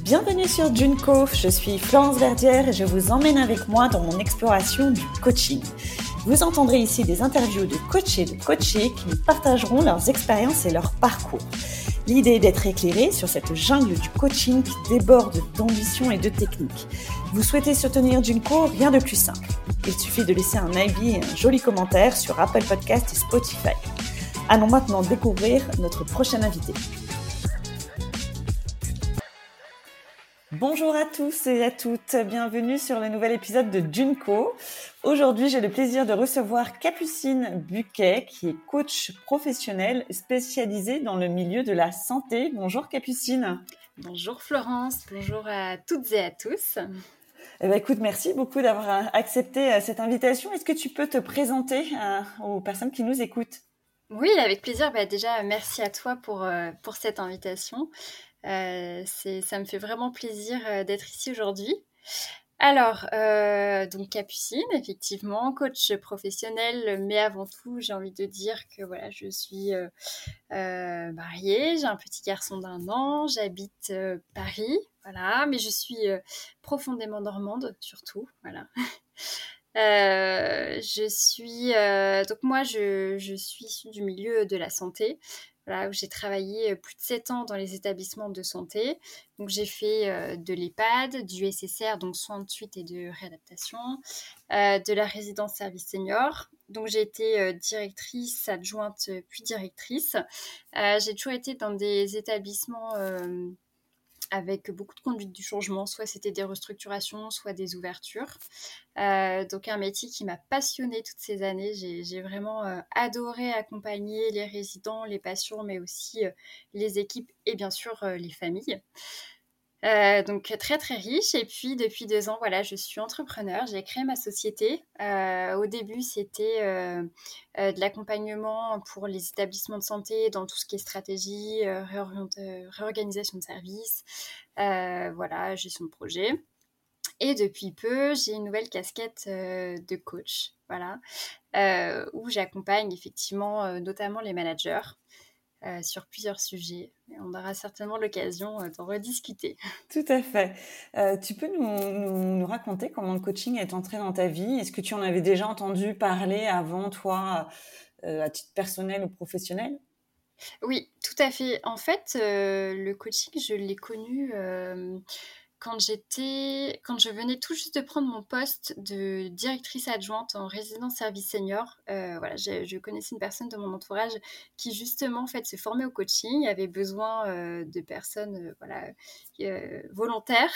Bienvenue sur Junco, je suis Florence Verdière et je vous emmène avec moi dans mon exploration du coaching. Vous entendrez ici des interviews de coachés et de coachés qui nous partageront leurs expériences et leurs parcours. L'idée est d'être éclairé sur cette jungle du coaching qui déborde d'ambition et de technique. Vous souhaitez soutenir Junco, rien de plus simple. Il suffit de laisser un avis et un joli commentaire sur Apple Podcasts et Spotify. Allons maintenant découvrir notre prochain invité. Bonjour à tous et à toutes, bienvenue sur le nouvel épisode de Junco. Aujourd'hui, j'ai le plaisir de recevoir Capucine Buquet, qui est coach professionnel spécialisée dans le milieu de la santé. Bonjour Capucine. Bonjour Florence, bonjour à toutes et à tous. Écoute, merci beaucoup d'avoir accepté cette invitation. Est-ce que tu peux te présenter aux personnes qui nous écoutent ? Oui, avec plaisir. Déjà, merci à toi pour cette invitation. Ça me fait vraiment plaisir d'être ici aujourd'hui. Alors, donc Capucine, effectivement, coach professionnel, mais avant tout, j'ai envie de dire que voilà, je suis mariée, j'ai un petit garçon d'1 an, j'habite Paris, voilà, mais je suis profondément normande, surtout, voilà. Donc moi, je suis issue du milieu de la santé, voilà, où j'ai travaillé plus de 7 ans dans les établissements de santé. Donc j'ai fait de l'EHPAD, du SSR, donc soins de suite et de réadaptation, de la résidence service senior. Donc j'ai été directrice, adjointe, puis directrice. J'ai toujours été dans des établissements avec beaucoup de conduite du changement, soit c'était des restructurations, soit des ouvertures. Donc un métier qui m'a passionnée toutes ces années. J'ai vraiment adoré accompagner les résidents, les patients, mais aussi les équipes et bien sûr les familles. Donc très très riche, et puis depuis 2 ans, voilà, je suis entrepreneur, j'ai créé ma société. Au début, c'était de l'accompagnement pour les établissements de santé dans tout ce qui est stratégie, réorganisation de services, voilà, gestion de projet. Et depuis peu, j'ai une nouvelle casquette de coach, voilà, où j'accompagne effectivement notamment les managers sur plusieurs sujets. Et on aura certainement l'occasion d'en rediscuter. Tout à fait. Tu peux nous raconter comment le coaching est entré dans ta vie ? Est-ce que tu en avais déjà entendu parler avant, toi, à titre personnel ou professionnel ? Oui, tout à fait. En fait, le coaching, je l'ai connu quand je venais tout juste de prendre mon poste de directrice adjointe en résidence service senior. Voilà, je connaissais une personne de mon entourage qui justement en fait se formait au coaching, avait besoin de personnes voilà, volontaires.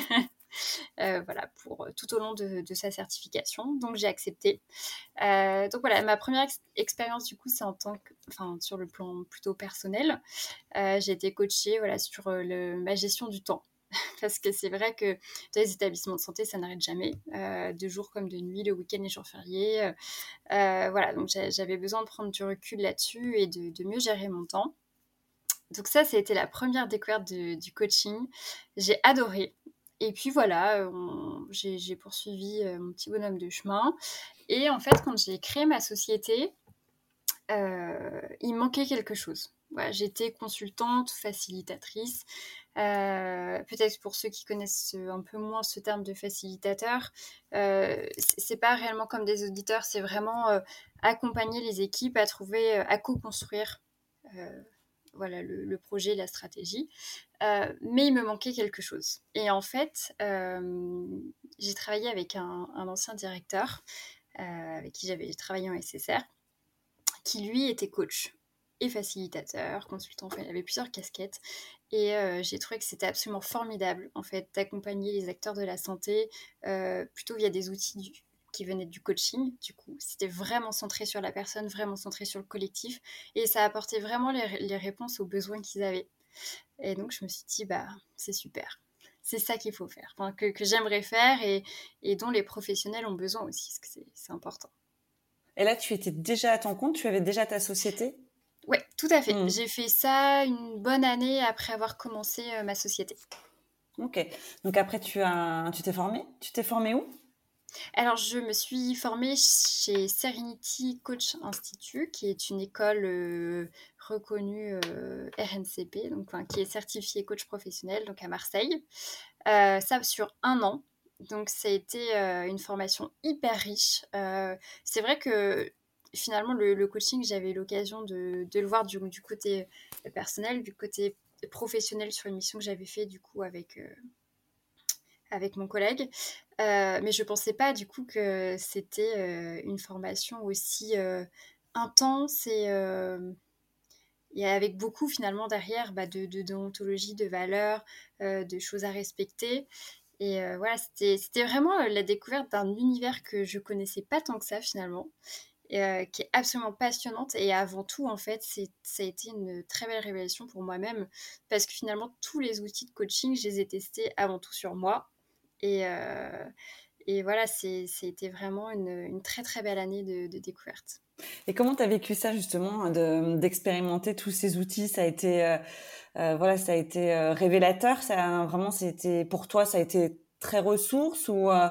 Voilà, pour tout au long de sa certification. Donc j'ai accepté. Donc voilà, ma première expérience du coup, c'est sur le plan plutôt personnel. J'ai été coachée voilà, sur ma gestion du temps. Parce que c'est vrai que dans les établissements de santé, ça n'arrête jamais, de jour comme de nuit, le week-end et jours fériés. Voilà, donc j'avais besoin de prendre du recul là-dessus et de mieux gérer mon temps. Donc ça a été la première découverte du coaching. J'ai adoré. Et puis voilà, j'ai poursuivi mon petit bonhomme de chemin. Et en fait, quand j'ai créé ma société, il me manquait quelque chose. Voilà, j'étais consultante, facilitatrice. Peut-être pour ceux qui connaissent un peu moins ce terme de facilitateur, c'est pas réellement comme des auditeurs, c'est vraiment accompagner les équipes à trouver, à co-construire voilà, le projet, la stratégie. Mais il me manquait quelque chose. Et en fait, j'ai travaillé avec un ancien directeur avec qui j'avais travaillé en SSR, qui lui était coach et facilitateur, consultant, enfin, il avait plusieurs casquettes. Et j'ai trouvé que c'était absolument formidable, en fait, d'accompagner les acteurs de la santé plutôt via des outils qui venaient du coaching. Du coup, c'était vraiment centré sur la personne, vraiment centré sur le collectif. Et ça apportait vraiment les réponses aux besoins qu'ils avaient. Et donc, je me suis dit, c'est super. C'est ça qu'il faut faire, enfin, que j'aimerais faire et dont les professionnels ont besoin aussi, parce que c'est important. Et là, tu étais déjà à ton compte ? Tu avais déjà ta société ? Oui, tout à fait. J'ai fait ça une bonne année après avoir commencé ma société. Ok. Donc après, tu t'es formée ? Tu t'es formée où ? Alors, je me suis formée chez Serenity Coach Institute, qui est une école reconnue RNCP, donc enfin, qui est certifiée coach professionnel, donc à Marseille. Ça sur 1 an. Donc, ça a été une formation hyper riche. C'est vrai que finalement, le coaching, j'avais eu l'occasion de le voir du côté personnel, du côté professionnel sur une mission que j'avais fait du coup avec mon collègue. Mais je pensais pas du coup que c'était une formation aussi intense et avec beaucoup finalement derrière de déontologie, de valeurs, de choses à respecter. Et voilà, c'était vraiment la découverte d'un univers que je connaissais pas tant que ça finalement, et, qui est absolument passionnante. Et avant tout, en fait, ça a été une très belle révélation pour moi-même, parce que finalement, tous les outils de coaching, je les ai testés avant tout sur moi. Et, voilà, c'était vraiment une très très belle année de découverte. Et comment tu as vécu ça justement, d'expérimenter tous ces outils? Ça a été, voilà, ça a été révélateur. Ça vraiment, c'était pour toi, ça a été très ressource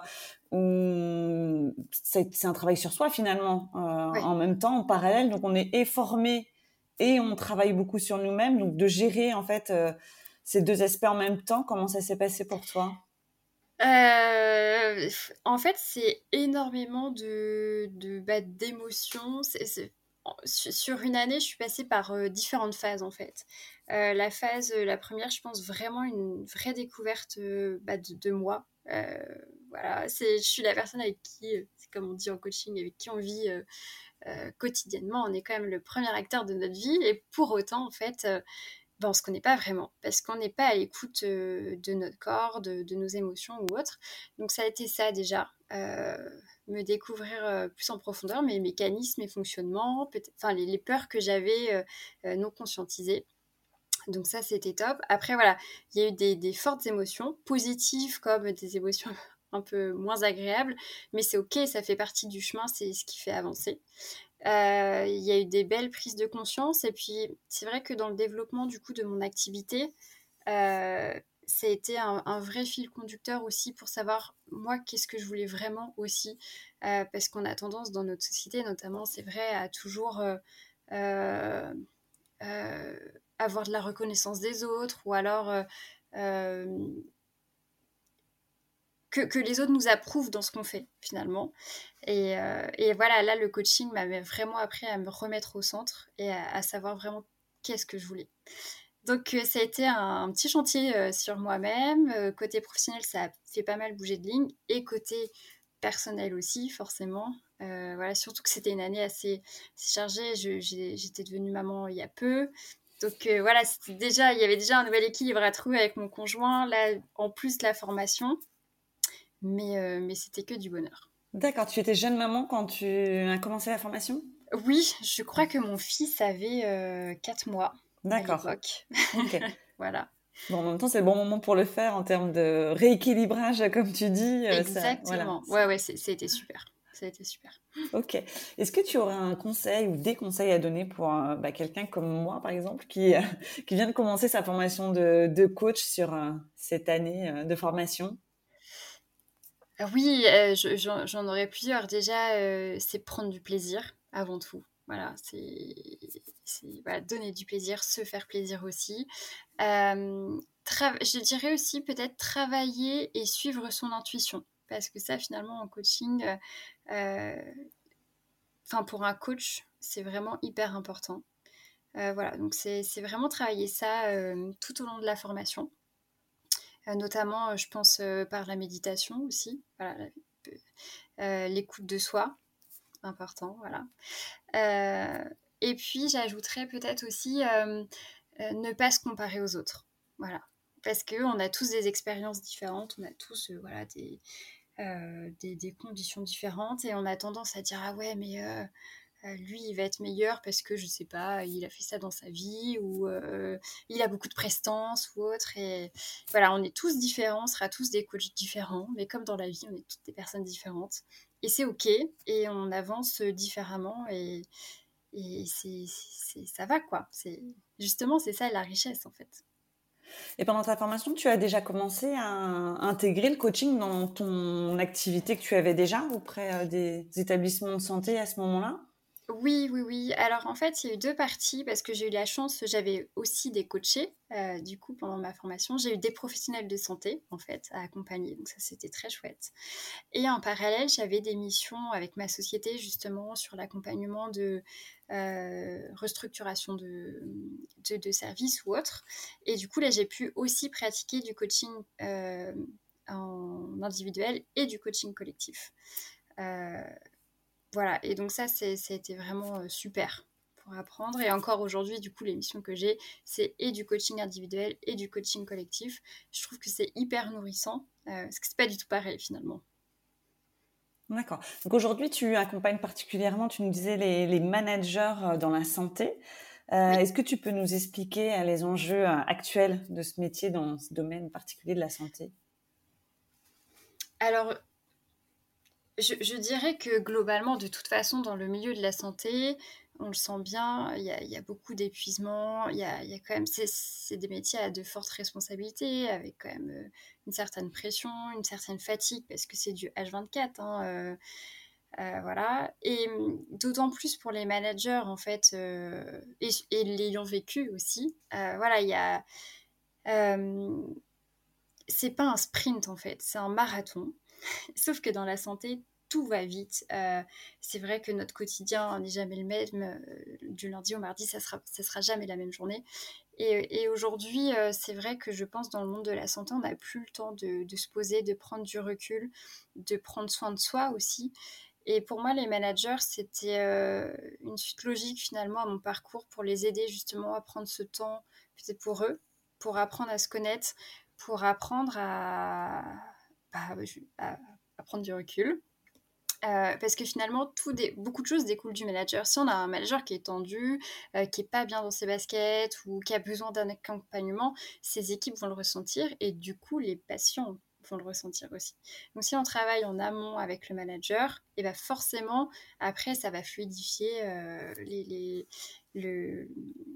ou c'est un travail sur soi finalement, Ouais. en même temps, en parallèle. Donc on est formé et on travaille beaucoup sur nous-mêmes. Donc de gérer en fait ces deux aspects en même temps. Comment ça s'est passé pour toi? En fait, c'est énormément d'émotions. Sur une année, je suis passée par différentes phases, en fait. La première, je pense vraiment une vraie découverte de moi. Voilà, je suis la personne avec qui, c'est comme on dit en coaching, avec qui on vit quotidiennement. On est quand même le premier acteur de notre vie. Et pour autant, en fait, on ne se connaît pas vraiment, parce qu'on n'est pas à l'écoute de notre corps, de nos émotions ou autres. Donc ça a été ça déjà, me découvrir plus en profondeur mes mécanismes, mes fonctionnements, enfin les peurs que j'avais non conscientisées. Donc ça, c'était top. Après, voilà, il y a eu des fortes émotions, positives comme des émotions un peu moins agréables, mais c'est ok, ça fait partie du chemin, c'est ce qui fait avancer. Il y a eu des belles prises de conscience, et puis c'est vrai que dans le développement du coup de mon activité, ça a été un vrai fil conducteur aussi pour savoir moi qu'est-ce que je voulais vraiment aussi, parce qu'on a tendance dans notre société notamment, c'est vrai, à toujours euh, euh, avoir de la reconnaissance des autres, ou alors euh, que les autres nous approuvent dans ce qu'on fait finalement. Et voilà, là, le coaching m'avait vraiment appris à me remettre au centre et à savoir vraiment qu'est-ce que je voulais. Donc, ça a été un petit chantier sur moi-même. Côté professionnel, ça a fait pas mal bouger de lignes. Et côté personnel aussi, forcément. Voilà, surtout que c'était une année assez chargée. J'étais devenue maman il y a peu. Donc voilà, il y avait déjà un nouvel équilibre à trouver avec mon conjoint. Là, en plus de la formation. Mais c'était que du bonheur. D'accord. Tu étais jeune maman quand tu as commencé la formation? Oui, je crois que mon fils avait 4 mois à D'accord. l'époque. Ok. Voilà. Bon, en même temps, c'est le bon moment pour le faire en termes de rééquilibrage, comme tu dis. Ça, voilà. Exactement. Ouais, ouais, c'était super. Ça a été super. Ok. Est-ce que tu aurais un conseil ou des conseils à donner pour quelqu'un comme moi, par exemple, qui vient de commencer sa formation de coach sur cette année de formation? Oui, j'en aurais plusieurs. Déjà, c'est prendre du plaisir avant tout. Voilà, voilà, donner du plaisir, se faire plaisir aussi. Je dirais aussi peut-être travailler et suivre son intuition. Parce que ça, finalement, en coaching, euh, enfin pour un coach, c'est vraiment hyper important. Voilà, donc c'est vraiment travailler ça tout au long de la formation. Notamment, je pense par la méditation aussi. Voilà, l'écoute de soi, important, voilà. Et puis, j'ajouterais peut-être aussi ne pas se comparer aux autres. Voilà. Parce qu'on a tous des expériences différentes, on a tous voilà, des conditions différentes, et on a tendance à dire ah ouais, mais lui, il va être meilleur parce que, je sais pas, il a fait ça dans sa vie, ou il a beaucoup de prestance ou autre. Et voilà, on est tous différents, on sera tous des coachs différents, mais comme dans la vie, on est toutes des personnes différentes. Et c'est OK, et on avance différemment, et ça va, quoi. Justement, c'est ça la richesse, en fait. Et pendant ta formation, tu as déjà commencé à intégrer le coaching dans ton activité que tu avais déjà auprès des établissements de santé à ce moment-là? Oui, oui, oui. Alors, en fait, il y a eu 2 parties parce que j'ai eu la chance, j'avais aussi des coachés, du coup, pendant ma formation. J'ai eu des professionnels de santé, en fait, à accompagner, donc ça, c'était très chouette. Et en parallèle, j'avais des missions avec ma société, justement, sur l'accompagnement de, restructuration de services ou autres. Et du coup, là, j'ai pu aussi pratiquer du coaching, en individuel et du coaching collectif. Heu voilà, et donc ça a été vraiment super pour apprendre. Et encore aujourd'hui, du coup, les missions que j'ai, c'est et du coaching individuel et du coaching collectif. Je trouve que c'est hyper nourrissant, parce que c'est pas du tout pareil finalement. D'accord. Donc aujourd'hui, tu accompagnes particulièrement, tu nous disais, les managers dans la santé. Oui. Est-ce que tu peux nous expliquer les enjeux actuels de ce métier dans ce domaine particulier de la santé? Alors, je dirais que globalement, de toute façon, dans le milieu de la santé, on le sent bien, il y a beaucoup d'épuisement, il y a quand même, c'est des métiers à de fortes responsabilités, avec quand même une certaine pression, une certaine fatigue, parce que c'est du H24, hein, voilà. Et d'autant plus pour les managers, en fait, et l'ayant vécu aussi, voilà, il y a. euh, c'est pas un sprint, en fait, c'est un marathon. Sauf que dans la santé, tout va vite. C'est vrai que notre quotidien n'est jamais le même. Du lundi au mardi, ça sera jamais la même journée. Et aujourd'hui, c'est vrai que je pense dans le monde de la santé, on n'a plus le temps de se poser, de prendre du recul, de prendre soin de soi aussi. Et pour moi, les managers, c'était une suite logique finalement à mon parcours pour les aider justement à prendre ce temps, peut-être pour eux, pour apprendre à se connaître, pour apprendre bah, à prendre du recul. Parce que finalement, beaucoup de choses découlent du manager. Si on a un manager qui est tendu, qui est pas bien dans ses baskets ou qui a besoin d'un accompagnement, ses équipes vont le ressentir et du coup, les patients vont le ressentir aussi. Donc, si on travaille en amont avec le manager, et ben forcément, après, ça va fluidifier le-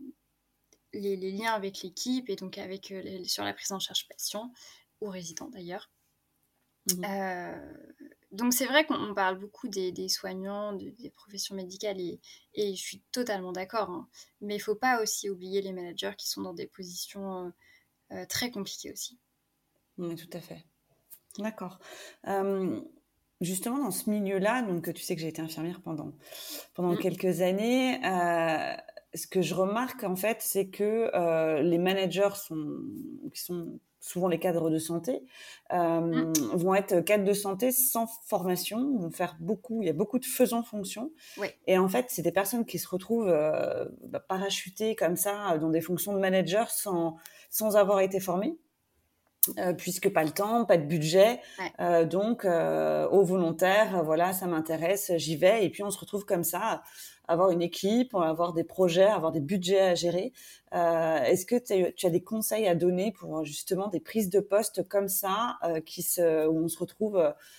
les liens avec l'équipe et donc avec, sur la prise en charge patient ou résident d'ailleurs. Mhm. Euh, donc c'est vrai qu'on parle beaucoup des soignants, des professions médicales et je suis totalement d'accord, hein. Mais il ne faut pas aussi oublier les managers qui sont dans des positions très compliquées aussi. Oui, tout à fait. D'accord. Euh, Justement, dans ce milieu-là, donc tu sais que j'ai été infirmière pendant Mm, quelques années. Ce que je remarque en fait, c'est que les managers qui sont souvent les cadres de santé, mm, vont être cadres de santé sans formation, vont faire beaucoup. Il y a beaucoup de faisant fonction, ouais, et en fait, c'est des personnes qui se retrouvent parachutées comme ça dans des fonctions de manager sans avoir été formées. Puisque pas le temps, pas de budget, ouais. donc aux volontaires, voilà, ça m'intéresse, j'y vais, et puis on se retrouve comme ça, avoir une équipe, avoir des projets, avoir des budgets à gérer. Est-ce que tu as des conseils à donner pour justement des prises de poste comme ça, où on se retrouve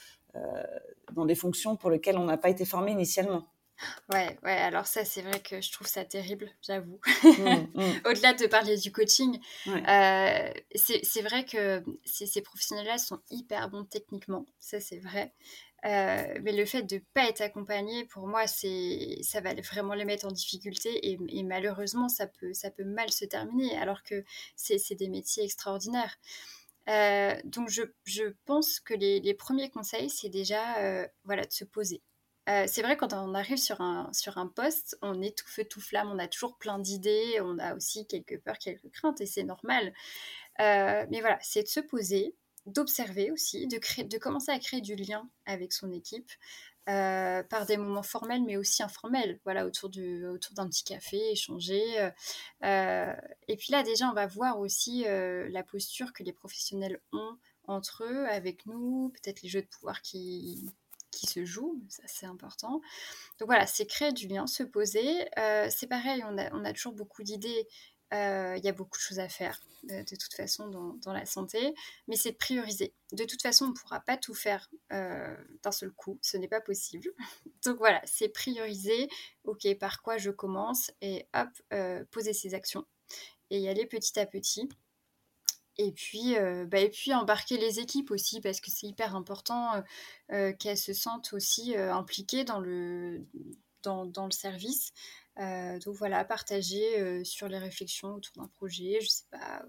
dans des fonctions pour lesquelles on n'a pas été formé initialement? Ouais, ouais, alors ça, c'est vrai que je trouve ça terrible, j'avoue. Mmh, mmh. Au-delà de parler du coaching, Ouais. c'est vrai que ces professionnels-là sont hyper bons techniquement, ça c'est vrai. Mais le fait de ne pas être accompagné, pour moi, ça va vraiment les mettre en difficulté et malheureusement, ça peut mal se terminer alors que c'est des métiers extraordinaires. Donc je pense que les premiers conseils, c'est déjà voilà, de se poser. C'est vrai quand on arrive sur un poste, on est tout feu tout flamme, on a toujours plein d'idées, on a aussi quelques peurs, quelques craintes et c'est normal. Mais voilà, c'est de se poser, d'observer aussi, de commencer à créer du lien avec son équipe par des moments formels mais aussi informels, voilà, autour d'un petit café, échanger. Euh, et puis là, déjà, on va voir aussi la posture que les professionnels ont entre eux, avec nous, peut-être les jeux de pouvoir qui se jouent, ça c'est important. Donc voilà, c'est créer du lien, se poser. C'est pareil, on a toujours beaucoup d'idées. Il y a beaucoup de choses à faire, de toute façon, dans la santé. Mais c'est de prioriser. De toute façon, on ne pourra pas tout faire d'un seul coup. Ce n'est pas possible. Donc voilà, c'est prioriser. OK, par quoi je commence? Et hop, poser ses actions. Et y aller petit à petit. Et puis embarquer les équipes aussi parce que c'est hyper important, qu'elles se sentent aussi, impliquées dans le service. Donc voilà, partager, sur les réflexions autour d'un projet, je sais pas,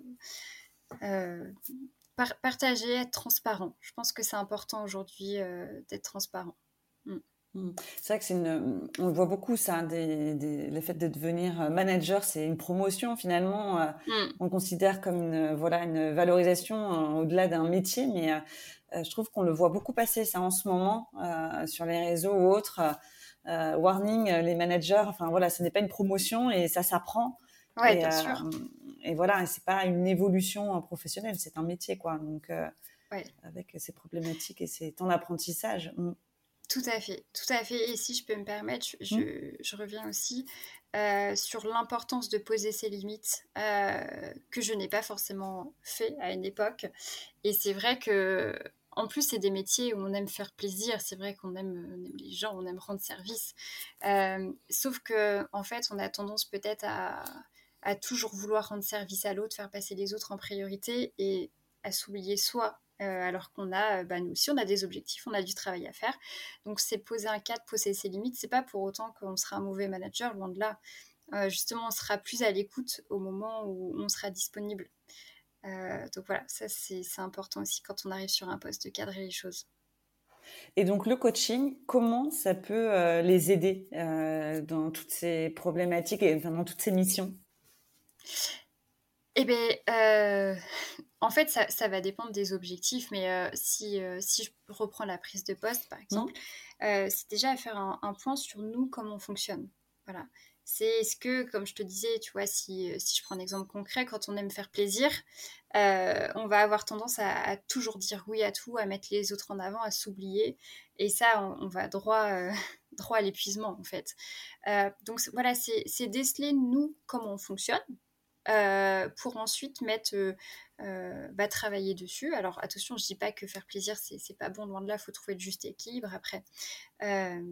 partager, être transparent. Je pense que c'est important aujourd'hui, d'être transparent. Mmh. C'est vrai que on le voit beaucoup ça, le fait de devenir manager, c'est une promotion finalement. Mmh. On le considère comme une valorisation au-delà d'un métier, mais je trouve qu'on le voit beaucoup passer ça en ce moment sur les réseaux ou autres. Warning, les managers, enfin voilà, ce n'est pas une promotion et ça s'apprend. Ouais, Et, bien sûr. et voilà, c'est pas une évolution professionnelle, c'est un métier quoi. Donc Ouais. avec ses problématiques et ses temps d'apprentissage. Tout à fait, tout à fait. Et si je peux me permettre, Mm. je reviens aussi sur l'importance de poser ses limites, que je n'ai pas forcément fait à une époque. Et c'est vrai que, en plus, c'est des métiers où on aime faire plaisir. C'est vrai on aime les gens, on aime rendre service. Sauf que, en fait, on a tendance peut-être à toujours vouloir rendre service à l'autre, faire passer les autres en priorité et à s'oublier soi. Alors qu'on a, nous aussi, on a des objectifs, on a du travail à faire. Donc, c'est poser un cadre, poser ses limites. C'est pas pour autant qu'on sera un mauvais manager, loin de là. Justement, on sera plus à l'écoute au moment où on sera disponible. Donc voilà, ça c'est important aussi quand on arrive sur un poste de cadrer les choses. Et donc le coaching, comment ça peut les aider dans toutes ces problématiques et enfin, dans toutes ces missions? Eh bien, en fait, ça va dépendre des objectifs, mais si je reprends la prise de poste, par exemple, Hmm. c'est déjà à faire un point sur nous, comment on fonctionne. Voilà. Est-ce que, comme je te disais, tu vois, si je prends un exemple concret, quand on aime faire plaisir, on va avoir tendance à toujours dire oui à tout, à mettre les autres en avant, à s'oublier. Et ça, on va droit à l'épuisement, en fait. Donc voilà, c'est déceler, nous, comment on fonctionne. Pour ensuite travailler dessus. Alors attention, je dis pas que faire plaisir c'est pas bon, loin de là, faut trouver le juste équilibre. Après, euh,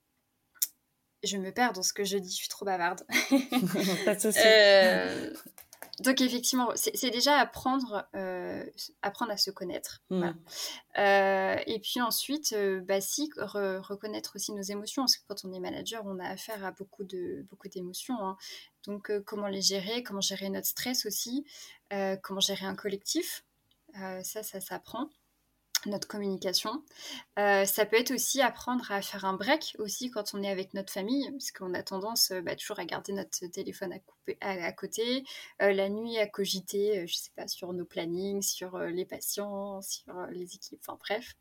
je me perds dans ce que je dis, je suis trop bavarde. Pas de souci. Euh, donc effectivement, c'est déjà apprendre à se connaître. Voilà. Hmm. Et puis ensuite, reconnaître aussi nos émotions, parce que quand on est manager, on a affaire à beaucoup d'émotions, hein. Donc comment les gérer, comment gérer notre stress aussi, comment gérer un collectif, ça s'apprend. Notre communication. Ça peut être aussi apprendre à faire un break aussi quand on est avec notre famille, parce qu'on a tendance toujours à garder notre téléphone à côté, la nuit à cogiter, je sais pas, sur nos plannings, sur les patients, sur les équipes, enfin bref.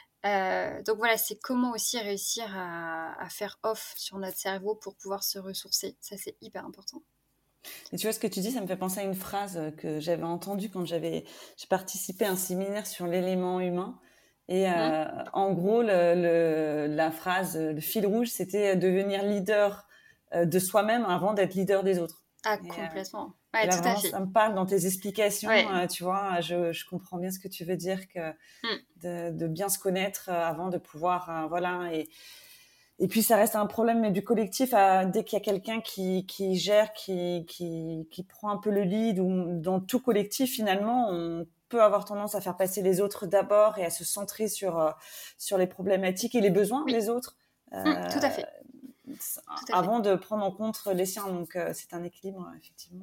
Donc voilà, c'est comment aussi réussir à faire off sur notre cerveau pour pouvoir se ressourcer. Ça, c'est hyper important. Et tu vois, ce que tu dis, ça me fait penser à une phrase que j'avais entendue quand j'ai participé à un séminaire sur l'élément humain. Et Mmh. en gros, la phrase, le fil rouge, c'était devenir leader de soi-même avant d'être leader des autres. Ah, Et, complètement. et Ouais, là, tout à vraiment, fait. ça me parle dans tes explications. Ouais. Tu vois, je comprends bien ce que tu veux dire, que Mmh. de bien se connaître avant de pouvoir, voilà. Et puis ça reste un problème mais du collectif. Dès qu'il y a quelqu'un qui gère, qui prend un peu le lead, ou dans tout collectif finalement, on peut avoir tendance à faire passer les autres d'abord et à se centrer sur les problématiques et les besoins Oui. des autres Tout à fait. Tout à fait. avant de prendre en compte les siens. Donc c'est un équilibre effectivement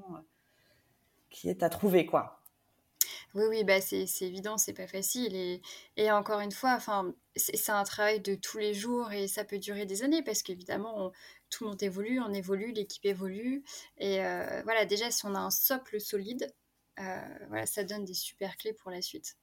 qui est à trouver quoi. Oui, oui, bah, c'est évident, c'est pas facile et encore une fois, enfin, c'est un travail de tous les jours et ça peut durer des années parce qu'évidemment, tout le monde évolue, on évolue, l'équipe évolue et voilà, déjà, si on a un socle solide, voilà, ça donne des super clés pour la suite.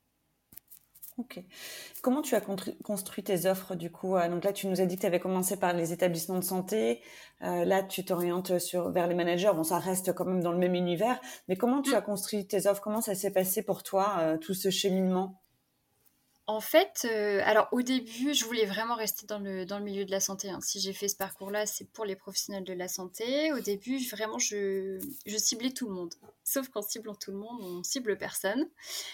Ok. Comment tu as construit tes offres du coup? Donc là, tu nous as dit que tu avais commencé par les établissements de santé. Là, tu t'orientes vers les managers. Bon, ça reste quand même dans le même univers. Mais comment tu Mmh. as construit tes offres? Comment ça s'est passé pour toi, tout ce cheminement? En fait, alors au début, je voulais vraiment rester dans le milieu de la santé, hein. Si j'ai fait ce parcours-là, c'est pour les professionnels de la santé. Au début, vraiment, je ciblais tout le monde. Sauf qu'en ciblant tout le monde, on cible personne.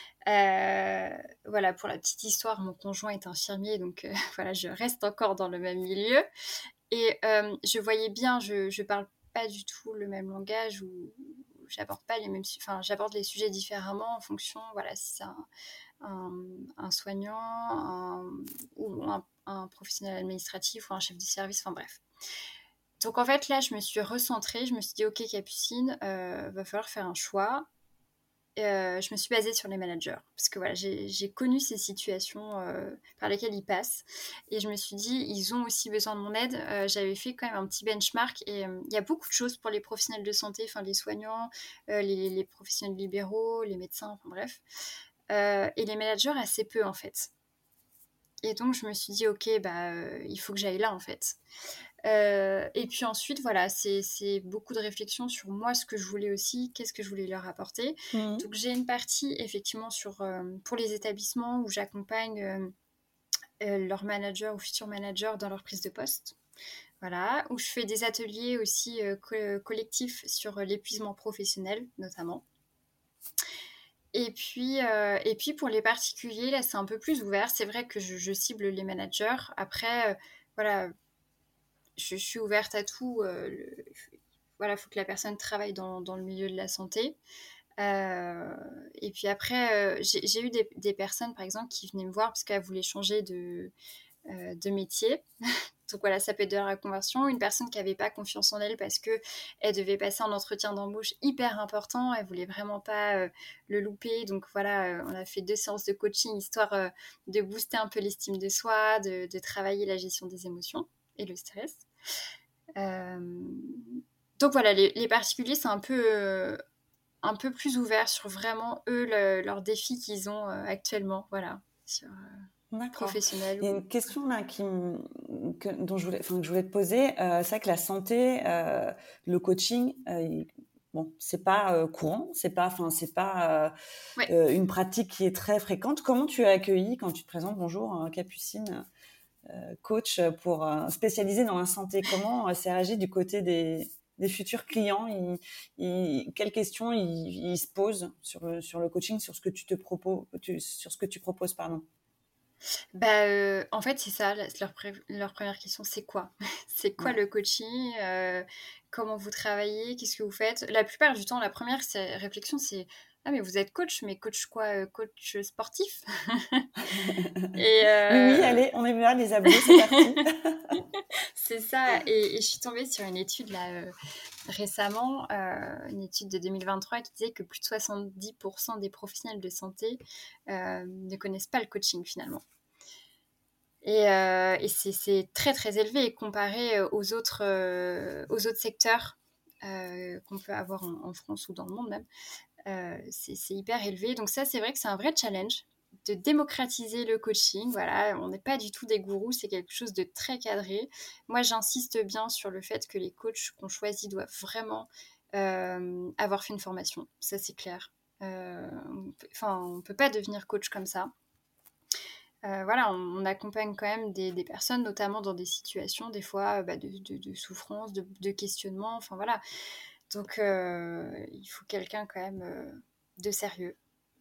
Voilà, pour la petite histoire, mon conjoint est infirmier, donc voilà, je reste encore dans le même milieu. Et je voyais bien, je parle pas du tout le même langage ou j'aborde pas les mêmes, enfin, j'aborde les sujets différemment en fonction, voilà, si c'est un soignant, ou un professionnel administratif ou un chef de service, enfin bref. Donc en fait, là, je me suis recentrée, je me suis dit, ok, Capucine, va falloir faire un choix. Je me suis basée sur les managers parce que voilà, j'ai connu ces situations par lesquelles ils passent et je me suis dit, ils ont aussi besoin de mon aide. J'avais fait quand même un petit benchmark et il y a beaucoup de choses pour les professionnels de santé, enfin les soignants, les professionnels libéraux, les médecins, enfin bref. Et les managers, assez peu en fait. Et donc, je me suis dit, ok, il faut que j'aille là, en fait. Et puis ensuite, voilà, c'est beaucoup de réflexion sur moi, ce que je voulais aussi, qu'est-ce que je voulais leur apporter. Donc, j'ai une partie, effectivement, pour les établissements où j'accompagne leurs managers ou futurs managers dans leur prise de poste. Voilà, où je fais des ateliers aussi collectifs sur l'épuisement professionnel, notamment. Et puis pour les particuliers, là, c'est un peu plus ouvert. C'est vrai que je cible les managers. Après, voilà, je suis ouverte à tout. Voilà, il faut que la personne travaille dans le milieu de la santé. Et puis après, j'ai eu des personnes, par exemple, qui venaient me voir parce qu'elles voulaient changer de métier. Donc voilà, ça peut être de la reconversion. Une personne qui n'avait pas confiance en elle parce qu'elle devait passer un entretien d'embauche hyper important. Elle ne voulait vraiment pas le louper. Donc voilà, on a fait 2 séances de coaching histoire de booster un peu l'estime de soi, de travailler la gestion des émotions et le stress. Donc voilà, les particuliers, c'est un peu plus ouvert sur vraiment eux, leurs défis qu'ils ont actuellement. Voilà, sur professionnel. Il y a une question là que je voulais te poser. C'est vrai que la santé, le coaching, bon, c'est pas courant, c'est pas Ouais. une pratique qui est très fréquente. Comment tu as accueilli quand tu te présentes, bonjour Capucine, coach spécialisé dans la santé? Comment c'est réagi du côté des futurs clients? Quelles questions ils se posent sur le coaching, sur ce que tu proposes, pardon? En fait, c'est ça, leur première question, c'est quoi? C'est quoi Ouais. le coaching? Comment vous travaillez? Qu'est-ce que vous faites? La plupart du temps, la première réflexion, c'est: «Ah mais vous êtes coach, mais coach quoi? Coach sportif?» Et Oui, allez, on est là, les abdos, c'est parti. c'est ça, et je suis tombée sur une étude là, récemment, une étude de 2023 qui disait que plus de 70% des professionnels de santé ne connaissent pas le coaching finalement. Et c'est très très élevé comparé aux autres secteurs qu'on peut avoir en France ou dans le monde même. C'est hyper élevé. Donc ça, c'est vrai que c'est un vrai challenge de démocratiser le coaching. Voilà, on n'est pas du tout des gourous, c'est quelque chose de très cadré. Moi, j'insiste bien sur le fait que les coachs qu'on choisit doivent vraiment avoir fait une formation. Ça, c'est clair. On ne peut pas devenir coach comme ça. Voilà, on accompagne quand même des personnes, notamment dans des situations, des fois, de souffrance, de questionnement, enfin voilà. Donc, il faut quelqu'un quand même de sérieux.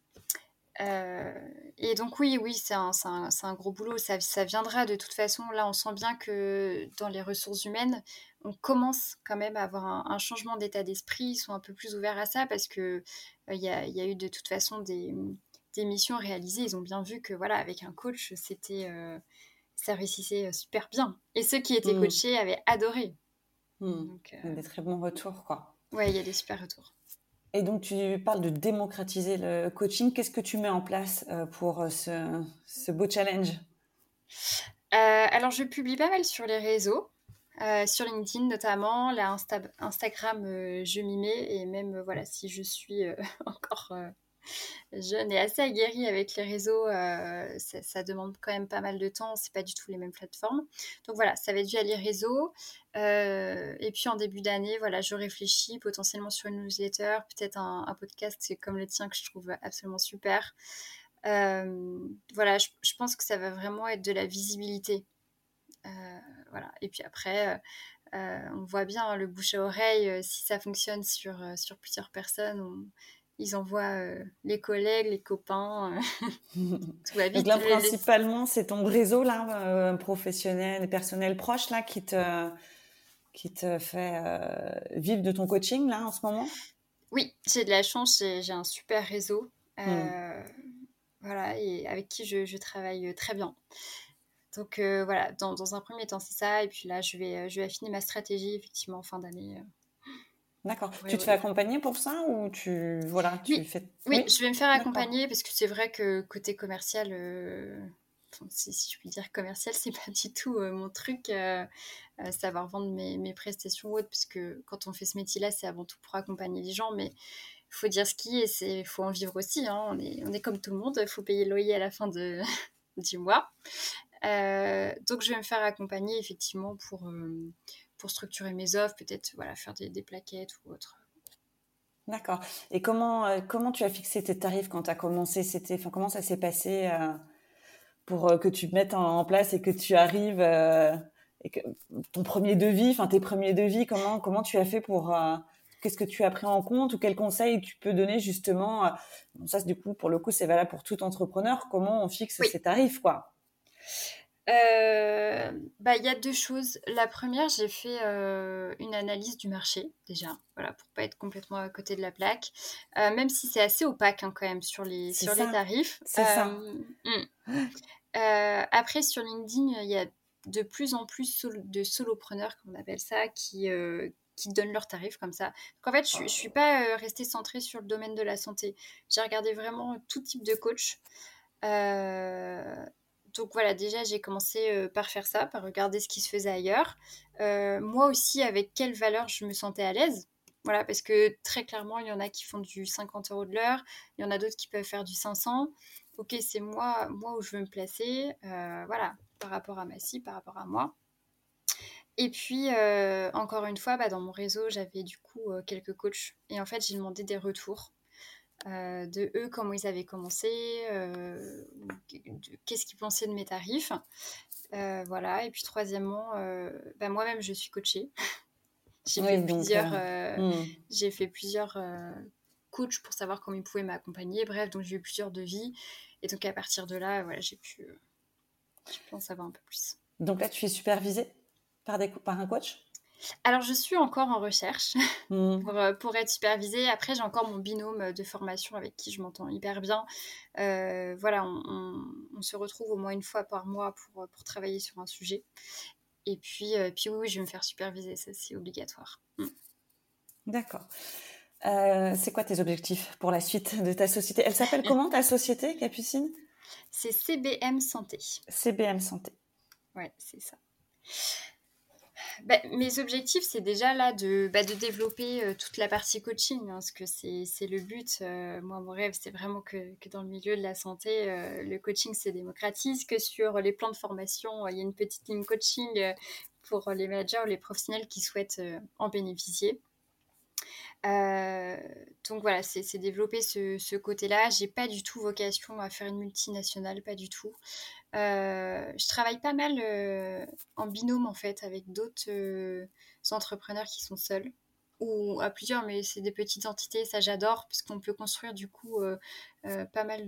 Et donc oui, c'est un gros boulot. Ça viendra de toute façon. Là, on sent bien que dans les ressources humaines, on commence quand même à avoir un changement d'état d'esprit. Ils sont un peu plus ouverts à ça parce que il y a eu de toute façon des missions réalisées. Ils ont bien vu que voilà, avec un coach, ça réussissait super bien. Et ceux qui étaient coachés avaient adoré. Donc, il y a des très bons retours, quoi. Ouais, il y a des super retours. Et donc, tu parles de démocratiser le coaching. Qu'est-ce que tu mets en place pour ce beau challenge? Alors, je publie pas mal sur les réseaux, sur LinkedIn notamment, là, Instagram, je m'y mets, et même, voilà, si je suis encore jeune et assez aguerrie avec les réseaux, ça demande quand même pas mal de temps, c'est pas du tout les mêmes plateformes. Donc voilà, ça va être via les réseaux. Et puis en début d'année, voilà, je réfléchis potentiellement sur une newsletter, peut-être un podcast comme le tien que je trouve absolument super. Voilà, je pense que ça va vraiment être de la visibilité. Voilà. Et puis après, on voit bien le bouche à oreille, si ça fonctionne sur plusieurs personnes, ils envoient les collègues, les copains, tout va Donc vite. là, principalement, c'est ton réseau là, professionnel et personnel proche là qui te fait vivre de ton coaching là en ce moment? Oui, j'ai de la chance, j'ai un super réseau, Mmh. voilà et avec qui je travaille, très bien. Donc voilà, dans un premier temps, c'est ça et puis là, je vais affiner ma stratégie effectivement en fin d'année, D'accord. pour Tu te fais évoluer. accompagner pour ça ou tu Oui, fais oui, oui? je vais me faire D'accord. accompagner parce que c'est vrai que côté commercial, enfin, si je puis dire commercial, c'est pas du tout, mon truc, savoir vendre mes prestations ou autre, parce que quand on fait ce métier-là, c'est avant tout pour accompagner les gens, mais il faut dire ce qui est, c'est faut en vivre aussi, hein. On est comme tout le monde, il faut payer le loyer à la fin de du mois. Donc je vais me faire accompagner effectivement pour structurer mes offres, peut-être, voilà, faire des plaquettes ou autre. D'accord. Et comment tu as fixé tes tarifs quand tu as commencé? Enfin, comment ça s'est passé pour que tu te mettes en place et que tu arrives et que ton premier devis, enfin tes premiers devis, comment tu as fait pour qu'est-ce que tu as pris en compte ou quels conseils tu peux donner justement bon, ça du coup pour le coup c'est valable pour tout entrepreneur. Comment on fixe Oui. ses tarifs quoi? Bah, il y a 2 choses. La première, j'ai fait, une analyse du marché déjà, voilà, pour pas être complètement à côté de la plaque, même si c'est assez opaque, hein, quand même sur les C'est sur les ça, tarifs. c'est ça. Après sur LinkedIn, il y a de plus en plus de solopreneurs, comme on appelle ça, qui donnent leurs tarifs comme ça. Donc en fait, je suis pas, restée centrée sur le domaine de la santé. J'ai regardé vraiment tout type de coach. Heu, donc voilà, déjà j'ai commencé, par faire ça, par regarder ce qui se faisait ailleurs. Moi aussi, avec quelle valeur je me sentais à l'aise. Voilà, parce que très clairement, il y en a qui font du 50 € de l'heure, il y en a d'autres qui peuvent faire du 500. OK, c'est moi où je veux me placer, voilà, par rapport à ma cible, par rapport à moi. Et puis, encore une fois, bah, dans mon réseau, j'avais du coup, quelques coachs et en fait, j'ai demandé des retours de eux, comment ils avaient commencé, qu'est-ce qu'ils pensaient de mes tarifs. Voilà. Et puis troisièmement, bah, moi-même, je suis coachée. J'ai fait Oui, donc plusieurs, hmm. j'ai fait plusieurs coachs pour savoir comment ils pouvaient m'accompagner. Bref, donc j'ai eu plusieurs devis. Et donc à partir de là, voilà, j'ai pu en savoir un peu plus. Donc là tu es supervisée par un coach? Alors, je suis encore en recherche Hmm. pour être supervisée. Après, j'ai encore mon binôme de formation avec qui je m'entends hyper bien. Voilà, on se retrouve au moins une fois par mois pour travailler sur un sujet. Et puis oui, je vais me faire superviser, ça c'est obligatoire. D'accord. C'est quoi tes objectifs pour la suite de ta société? Elle s'appelle comment ta société, Capucine? C'est CBM Santé. CBM Santé. Ouais, c'est ça. Bah, mes objectifs, c'est déjà là de développer toute la partie coaching, hein, parce que c'est le but. Moi, mon rêve, c'est vraiment que dans le milieu de la santé, le coaching se démocratise, que sur les plans de formation, il y a une petite ligne coaching pour les managers ou les professionnels qui souhaitent en bénéficier. Euh, donc voilà, c'est développer ce côté-là. J'ai pas du tout vocation à faire une multinationale, pas du tout. Je travaille pas mal en binôme en fait avec d'autres entrepreneurs qui sont seuls ou à plusieurs, mais c'est des petites entités, ça j'adore parce qu'on peut construire du coup pas mal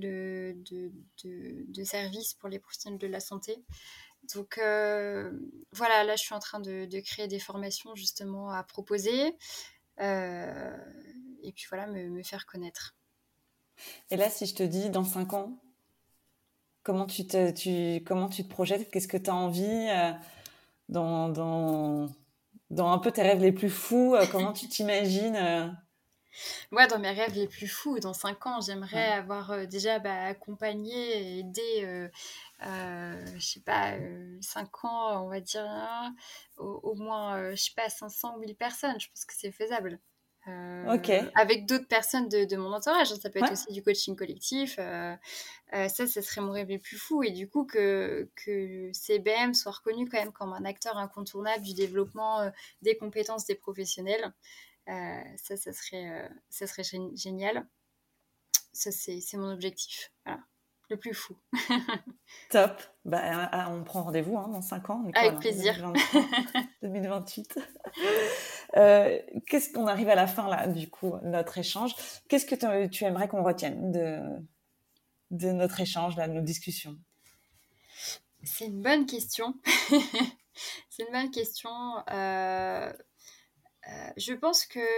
de services pour les professionnels de la santé. Donc voilà, là je suis en train de créer des formations justement à proposer euh, et puis voilà, me faire connaître. Et là, si je te dis dans 5 ans, comment tu te projettes? Qu'est-ce que tu as envie dans, dans, dans un peu tes rêves les plus fous? Comment tu t'imagines Moi, dans mes rêves les plus fous, dans 5 ans, j'aimerais ouais. avoir déjà accompagné et aidé, je sais pas, 5 ans, on va dire, hein, au moins, je sais pas, 500 ou 1000 personnes. Je pense que c'est faisable. Ok. Avec d'autres personnes de mon entourage, hein. Ça peut être Ouais. aussi du coaching collectif. Ça serait mon rêve le plus fou. Et du coup, que CBM soit reconnu quand même comme un acteur incontournable du développement des compétences des professionnels. Ça serait génial. Ça, c'est mon objectif. Voilà. Le plus fou. Top. Bah, on prend rendez-vous hein, dans 5 ans, Nicole, Avec hein, plaisir. 2023, 2028. Qu'est-ce qu'on arrive à la fin là, du coup, de notre échange? Qu'est-ce que tu aimerais qu'on retienne de notre échange, là, de nos discussions? C'est une bonne question. C'est une bonne question. Je pense que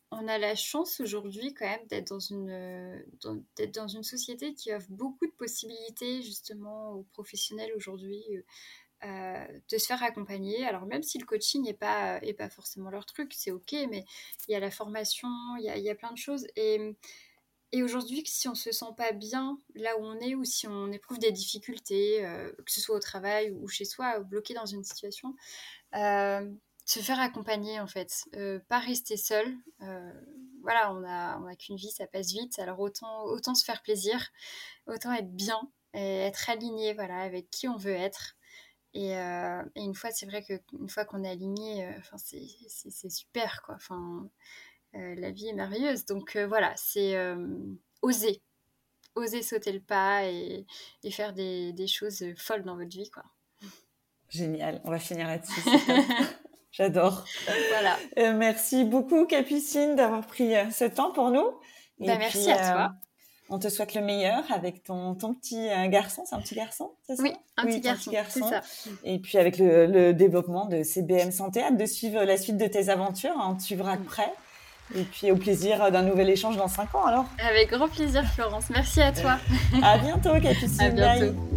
on a la chance aujourd'hui quand même d'être d'être dans une société qui offre beaucoup de possibilités justement aux professionnels aujourd'hui de se faire accompagner. Alors même si le coaching n'est pas forcément leur truc, c'est ok, mais il y a la formation, il y a plein de choses. Et aujourd'hui, si on se sent pas bien là où on est, ou si on éprouve des difficultés, que ce soit au travail ou chez soi, bloqué dans une situation, se faire accompagner en fait, pas rester seul. Voilà, on a qu'une vie, ça passe vite, alors autant se faire plaisir, autant être bien et être aligné, voilà, avec qui on veut être. Et une fois, c'est vrai qu'une fois qu'on est aligné, c'est super quoi. La vie est merveilleuse. Donc voilà, c'est oser sauter le pas et faire des choses folles dans votre vie quoi. Génial, on va finir là-dessus, c'est top. J'adore. Voilà. Merci beaucoup Capucine d'avoir pris ce temps pour nous. Merci à toi. On te souhaite le meilleur avec ton petit garçon. C'est un petit garçon, c'est ça? Oui, un petit garçon, c'est ça. Et puis avec le développement de CBM Santé, hâte de suivre la suite de tes aventures. On te suivra de près. Et puis au plaisir d'un nouvel échange dans 5 ans alors. Avec grand plaisir Florence, merci à toi. À bientôt Capucine. À bientôt. Bye.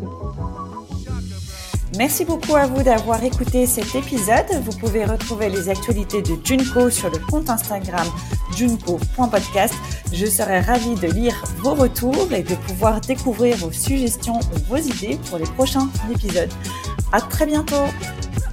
Merci beaucoup à vous d'avoir écouté cet épisode. Vous pouvez retrouver les actualités de Junko sur le compte Instagram junko.podcast. Je serai ravie de lire vos retours et de pouvoir découvrir vos suggestions ou vos idées pour les prochains épisodes. À très bientôt.